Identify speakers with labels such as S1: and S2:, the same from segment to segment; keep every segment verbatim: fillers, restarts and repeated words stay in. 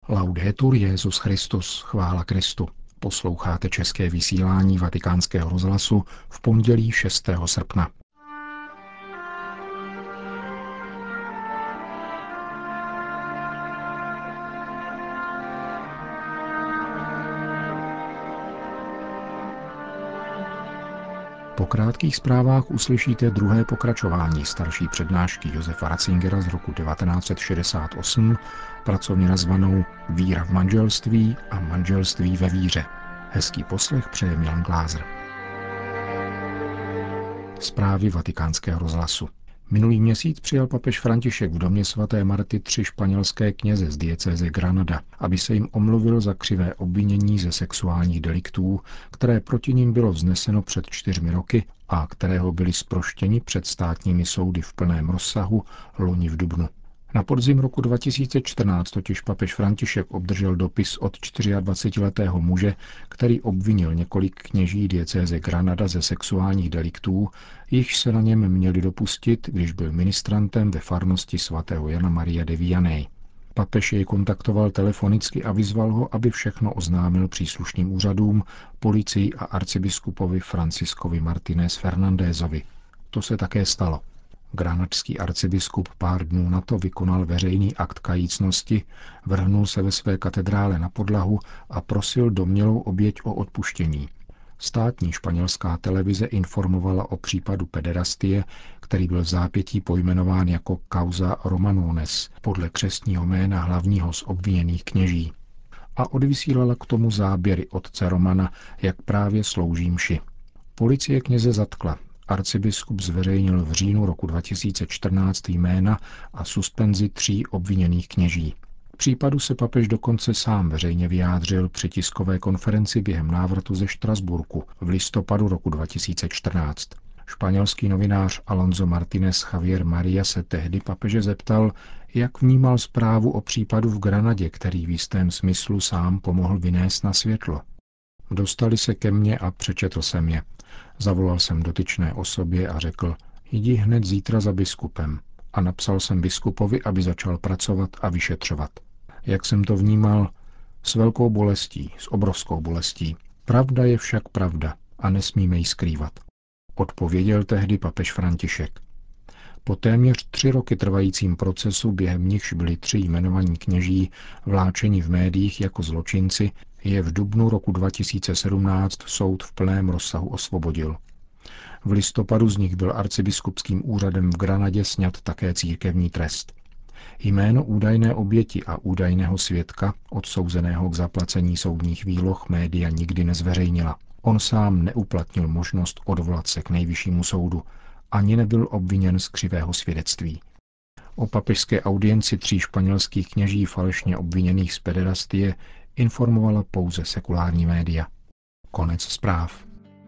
S1: Laudetur Jesus Christus, chvála Kristu. Posloucháte české vysílání Vatikánského rozhlasu v pondělí šestého srpna. Po krátkých zprávách uslyšíte druhé pokračování starší přednášky Josefa Ratzingera z roku devatenáct set šedesát osm, pracovně nazvanou Víra v manželství a manželství ve víře. Hezký poslech přeje Milan Glázer. Zprávy Vatikánského rozhlasu. Minulý měsíc přijal papež František v domě svaté Marty tři španělské kněze z diecéze Granada, aby se jim omluvil za křivé obvinění ze sexuálních deliktů, které proti nim bylo vzneseno před čtyřmi roky a kterého byli zproštěni před státními soudy v plném rozsahu loni v dubnu. Na podzim roku dva tisíce čtrnáct totiž papež František obdržel dopis od dvacetičtyřletého muže, který obvinil několik kněží diecéze Granada ze sexuálních deliktů, jichž se na něm měli dopustit, když byl ministrantem ve farnosti svatého Jana Maria de Vianney. Papež jej kontaktoval telefonicky a vyzval ho, aby všechno oznámil příslušným úřadům, policii a arcibiskupovi Franciscovi Martinez Fernandézovi. To se také stalo. Granadský arcibiskup pár dnů na to vykonal veřejný akt kajícnosti, vrhnul se ve své katedrále na podlahu a prosil domnělou oběť o odpuštění. Státní španělská televize informovala o případu pederastie, který byl v zápětí pojmenován jako causa Romanones, podle křestního jména hlavního z obviněných kněží. A odvysílala k tomu záběry otce Romana, jak právě slouží mši. Policie kněze zatkla. Arcibiskup zveřejnil v říjnu roku dva tisíce čtrnáct jména a suspenzi tří obviněných kněží. K případu se papež dokonce sám veřejně vyjádřil při tiskové konferenci během návratu ze Štrasburku v listopadu roku dva tisíce čtrnáct. Španělský novinář Alonso Martínez Javier Maria se tehdy papeže zeptal, jak vnímal zprávu o případu v Granadě, který v jistém smyslu sám pomohl vynést na světlo. Dostali se ke mně a přečetl jsem je. Zavolal jsem dotyčné osobě a řekl, jdi hned zítra za biskupem. A napsal jsem biskupovi, aby začal pracovat a vyšetřovat. Jak jsem to vnímal? S velkou bolestí, s obrovskou bolestí. Pravda je však pravda a nesmíme ji skrývat. Odpověděl tehdy papež František. Po téměř tři roky trvajícím procesu, během nichž byli tři jmenovaní kněží vláčeni v médiích jako zločinci, je v dubnu roku dva tisíce sedmnáct soud v plném rozsahu osvobodil. V listopadu z nich byl arcibiskupským úřadem v Granadě sňat také církevní trest. Jméno údajné oběti a údajného svědka, odsouzeného k zaplacení soudních výloh, média nikdy nezveřejnila. On sám neuplatnil možnost odvolat se k nejvyššímu soudu, ani nebyl obviněn z křivého svědectví. O papežské audienci tří španělských kněží falešně obviněných z pederastie informovala pouze sekulární média. Konec zpráv.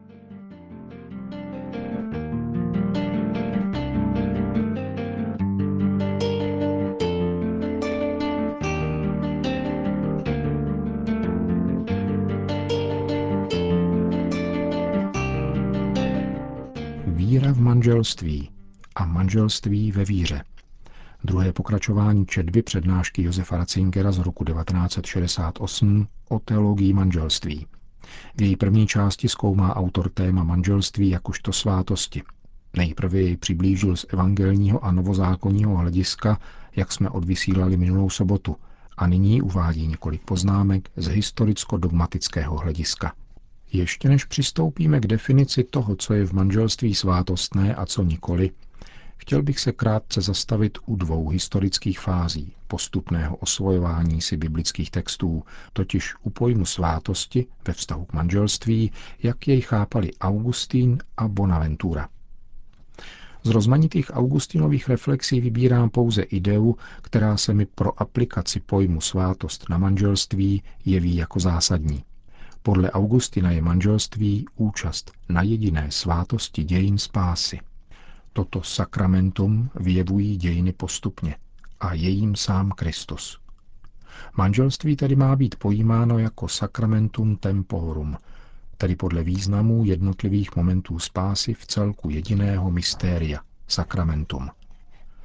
S1: Víra v manželství a manželství ve víře. Druhé pokračování četby přednášky Josefa Ratzingera z roku devatenáct set šedesát osm o teologii manželství. V její první části zkoumá autor téma manželství jakožto svátosti. Nejprve jej přiblížil z evangelního a novozákonního hlediska, jak jsme odvysílali minulou sobotu, a nyní uvádí několik poznámek z historicko-dogmatického hlediska. Ještě než přistoupíme k definici toho, co je v manželství svátostné a co nikoli, chtěl bych se krátce zastavit u dvou historických fází postupného osvojování si biblických textů, totiž u pojmu svátosti ve vztahu k manželství, jak jej chápali Augustín a Bonaventura. Z rozmanitých Augustinových reflexí vybírám pouze ideu, která se mi pro aplikaci pojmu svátost na manželství jeví jako zásadní. Podle Augustina je manželství účast na jediné svátosti dějin spásy. Toto sakramentum vyjevují dějiny postupně a je jím sám Kristus. Manželství tedy má být pojímáno jako sacramentum temporum, tedy podle významů jednotlivých momentů spásy v celku jediného mystéria, sakramentum.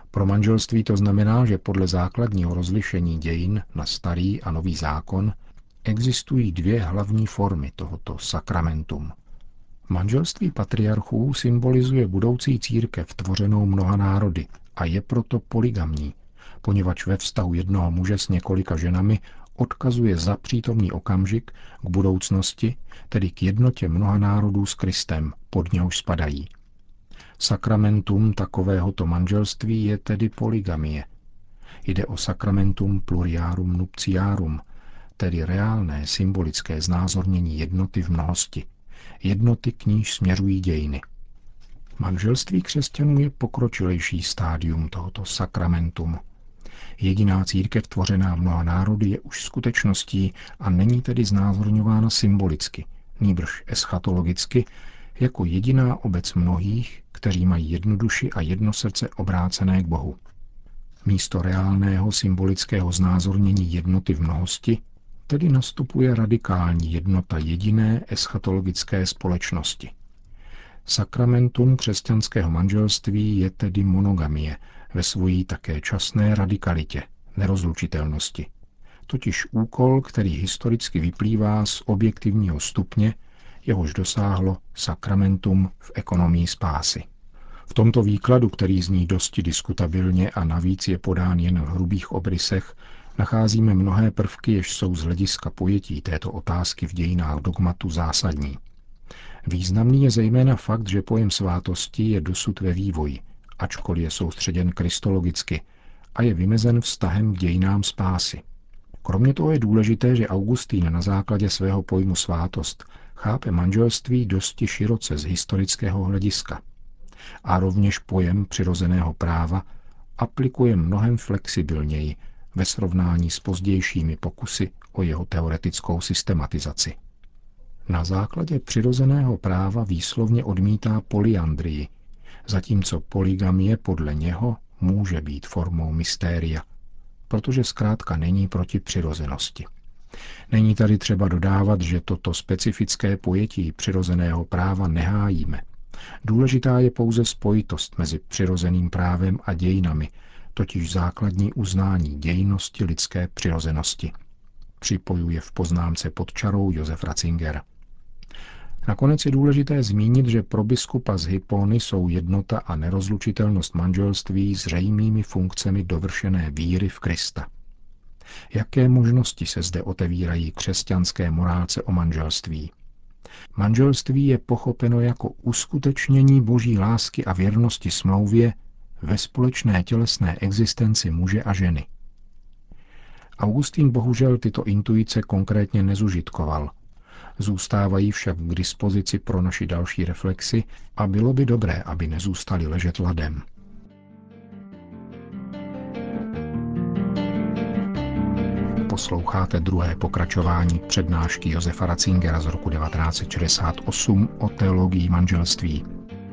S1: Pro manželství to znamená, že podle základního rozlišení dějin na starý a nový zákon existují dvě hlavní formy tohoto sakramentum. Manželství patriarchů symbolizuje budoucí církev tvořenou mnoha národy a je proto polygamní, poněvadž ve vztahu jednoho muže s několika ženami odkazuje za přítomný okamžik k budoucnosti, tedy k jednotě mnoha národů s Kristem, pod něhož spadají. Sakramentum takovéhoto manželství je tedy polygamie. Jde o sakramentum pluriarum nuptiarum, tedy reálné symbolické znázornění jednoty v mnohosti, jednoty, k níž směřují dějiny. Manželství křesťanů je pokročilejší stádium tohoto sakramentum. Jediná církev tvořená mnoha národy je už skutečností a není tedy znázorňována symbolicky, nýbrž eschatologicky, jako jediná obec mnohých, kteří mají jednu duši a jedno srdce obrácené k Bohu. Místo reálného symbolického znázornění jednoty v mnohosti tedy nastupuje radikální jednota jediné eschatologické společnosti. Sakramentum křesťanského manželství je tedy monogamie ve svojí také časné radikalitě, nerozlučitelnosti. Totiž úkol, který historicky vyplývá z objektivního stupně, jehož dosáhlo sakramentum v ekonomii spásy. V tomto výkladu, který zní dosti diskutabilně a navíc je podán jen v hrubých obrysech, nacházíme mnohé prvky, jež jsou z hlediska pojetí této otázky v dějinách dogmatu zásadní. Významný je zejména fakt, že pojem svátosti je dosud ve vývoji, ačkoliv je soustředěn kristologicky a je vymezen vztahem k dějinám spásy. Kromě toho je důležité, že Augustín na základě svého pojmu svátost chápe manželství dosti široce z historického hlediska a rovněž pojem přirozeného práva aplikuje mnohem flexibilněji ve srovnání s pozdějšími pokusy o jeho teoretickou systematizaci. Na základě přirozeného práva výslovně odmítá polyandrii, zatímco polygamie podle něho může být formou mystéria, protože zkrátka není proti přirozenosti. Není tady třeba dodávat, že toto specifické pojetí přirozeného práva nehájíme. Důležitá je pouze spojitost mezi přirozeným právem a dějinami, totiž základní uznání dějinnosti lidské přirozenosti. Připojuje v poznámce pod čarou Josef Ratzinger. Nakonec je důležité zmínit, že pro biskupa z Hippony jsou jednota a nerozlučitelnost manželství zřejmými funkcemi dovršené víry v Krista. Jaké možnosti se zde otevírají křesťanské morálce o manželství? Manželství je pochopeno jako uskutečnění boží lásky a věrnosti smlouvě ve společné tělesné existenci muže a ženy. Augustín bohužel tyto intuice konkrétně nezužitkoval. Zůstávají však k dispozici pro naši další reflexi a bylo by dobré, aby nezůstali ležet ladem. Posloucháte druhé pokračování přednášky Josefa Ratzingera z roku devatenáct set šedesát osm o teologii manželství.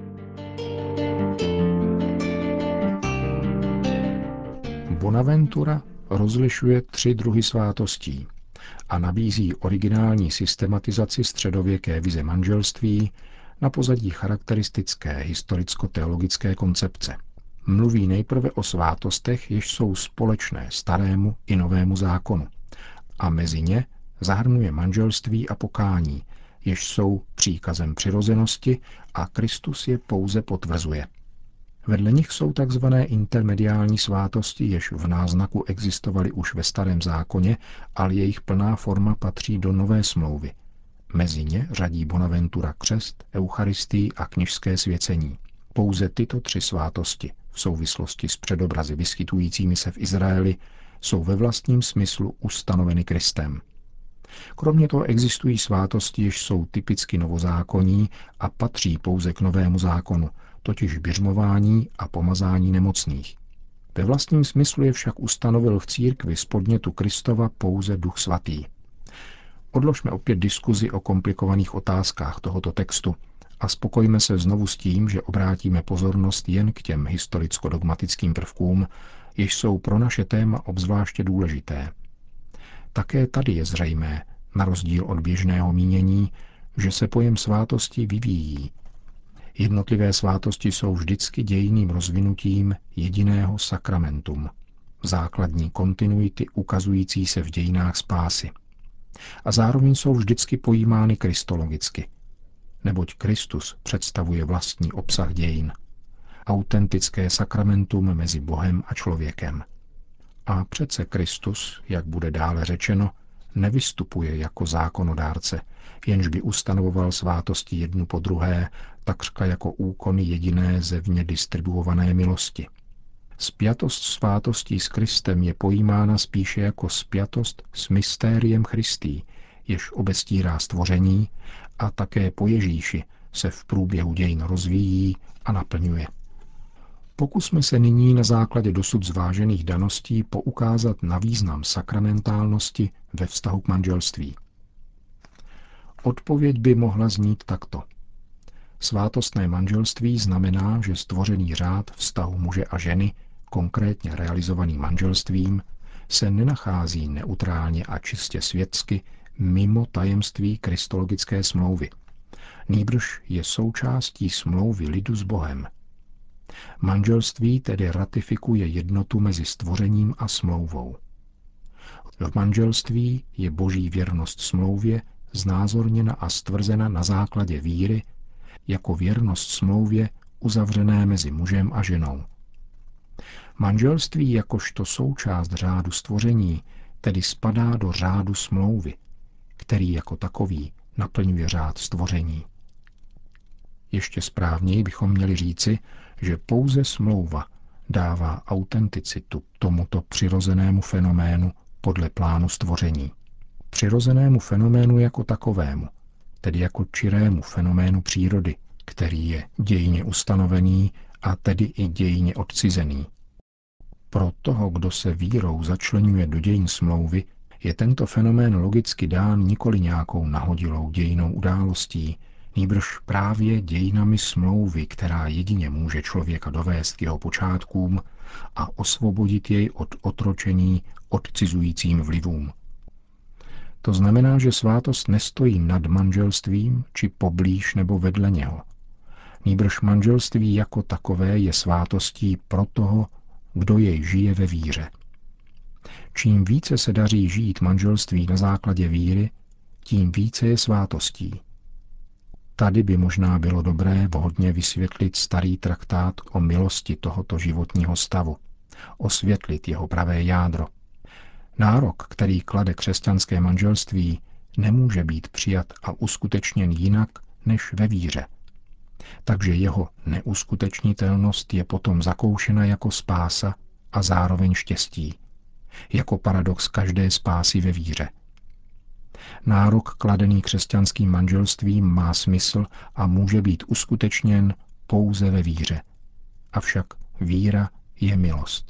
S1: Bonaventura rozlišuje tři druhy svátostí a nabízí originální systematizaci středověké vize manželství na pozadí charakteristické historicko-teologické koncepce. Mluví nejprve o svátostech, jež jsou společné starému i novému zákonu, a mezi ně zahrnuje manželství a pokání, jež jsou příkazem přirozenosti a Kristus je pouze potvrzuje. Vedle nich jsou takzvané intermediální svátosti, jež v náznaku existovaly už ve starém zákoně, ale jejich plná forma patří do nové smlouvy. Mezi ně řadí Bonaventura křest, eucharistii a kněžské svěcení. Pouze tyto tři svátosti v souvislosti s předobrazy vyskytujícími se v Izraeli jsou ve vlastním smyslu ustanoveny Kristem. Kromě toho existují svátosti, jež jsou typicky novozákonní a patří pouze k novému zákonu, totiž biřmování a pomazání nemocných. Ve vlastním smyslu je však ustanovil v církvi z podnětu Kristova pouze Duch Svatý. Odložme opět diskuzi o komplikovaných otázkách tohoto textu a spokojme se znovu s tím, že obrátíme pozornost jen k těm historicko-dogmatickým prvkům, jež jsou pro naše téma obzvláště důležité. Také tady je zřejmé, na rozdíl od běžného mínění, že se pojem svátosti vyvíjí. Jednotlivé svátosti jsou vždycky dějinným rozvinutím jediného sakramentum, základní kontinuity ukazující se v dějinách spásy. A zároveň jsou vždycky pojímány kristologicky, neboť Kristus představuje vlastní obsah dějin, autentické sakramentum mezi Bohem a člověkem. A přece Kristus, jak bude dále řečeno, nevystupuje jako zákonodárce, jenž by ustanovoval svátosti jednu po druhé, takřka jako úkony jediné zevně distribuované milosti. Spjatost svátostí s Kristem je pojímána spíše jako spjatost s mystériem Christi, jež obestírá stvoření a také po Ježíši se v průběhu dějin rozvíjí a naplňuje. Pokusme se nyní na základě dosud zvážených daností poukázat na význam sakramentálnosti ve vztahu k manželství. Odpověď by mohla znít takto. Svátostné manželství znamená, že stvořený řád vztahu muže a ženy, konkrétně realizovaný manželstvím, se nenachází neutrálně a čistě světsky mimo tajemství kristologické smlouvy. Nýbrž je součástí smlouvy lidu s Bohem. Manželství tedy ratifikuje jednotu mezi stvořením a smlouvou. V manželství je boží věrnost smlouvě znázorněna a stvrzena na základě víry jako věrnost smlouvě uzavřené mezi mužem a ženou. Manželství jakožto součást řádu stvoření tedy spadá do řádu smlouvy, který jako takový naplňuje řád stvoření. Ještě správněji bychom měli říci, že pouze smlouva dává autenticitu tomuto přirozenému fenoménu podle plánu stvoření. Přirozenému fenoménu jako takovému, tedy jako čirému fenoménu přírody, který je dějně ustanovený a tedy i dějně odcizený. Pro toho, kdo se vírou začleňuje do dějin smlouvy, je tento fenomén logicky dán nikoli nějakou nahodilou dějinnou událostí, nýbrž právě dějinami smlouvy, která jedině může člověka dovést k jeho počátkům a osvobodit jej od otročení odcizujícím vlivům. To znamená, že svátost nestojí nad manželstvím či poblíž nebo vedle něho. Nýbrž manželství jako takové je svátostí pro toho, kdo jej žije ve víře. Čím více se daří žít manželství na základě víry, tím více je svátostí. Tady by možná bylo dobré vhodně vysvětlit starý traktát o milosti tohoto životního stavu, osvětlit jeho pravé jádro. Nárok, který klade křesťanské manželství, nemůže být přijat a uskutečněn jinak než ve víře. Takže jeho neuskutečnitelnost je potom zakoušena jako spása a zároveň štěstí, jako paradox každé spásy ve víře. Nárok kladený křesťanským manželstvím má smysl a může být uskutečněn pouze ve víře. Avšak víra je milost.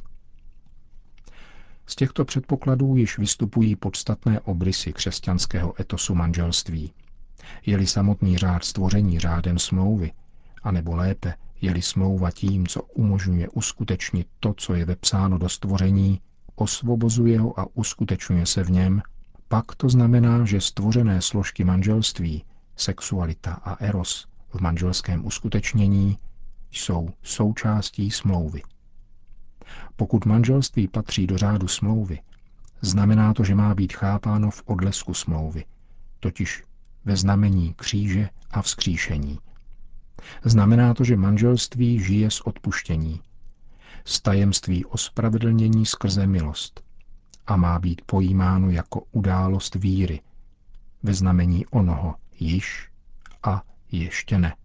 S1: Z těchto předpokladů již vystupují podstatné obrysy křesťanského etosu manželství. Je-li samotný řád stvoření řádem smlouvy, anebo lépe, je-li smlouva tím, co umožňuje uskutečnit to, co je vepsáno do stvoření, osvobozuje ho a uskutečňuje se v něm, pak to znamená, že stvořené složky manželství, sexualita a eros v manželském uskutečnění jsou součástí smlouvy. Pokud manželství patří do řádu smlouvy, znamená to, že má být chápáno v odlesku smlouvy, totiž ve znamení kříže a vzkříšení. Znamená to, že manželství žije z odpuštění, z tajemství ospravedlnění skrze milost a má být pojímáno jako událost víry, ve znamení onoho již a ještě ne.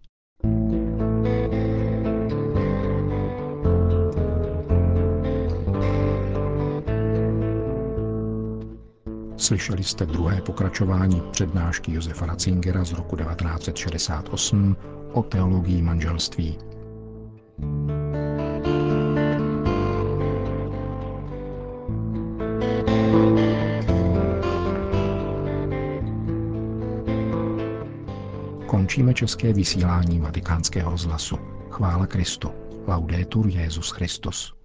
S1: Slyšeli jste druhé pokračování přednášky Josefa Ratzingera z roku devatenáct set šedesát osm o teologii manželství. Končíme české vysílání Vatikánského rozhlasu. Chvála Kristu. Laudetur Jesus Christus.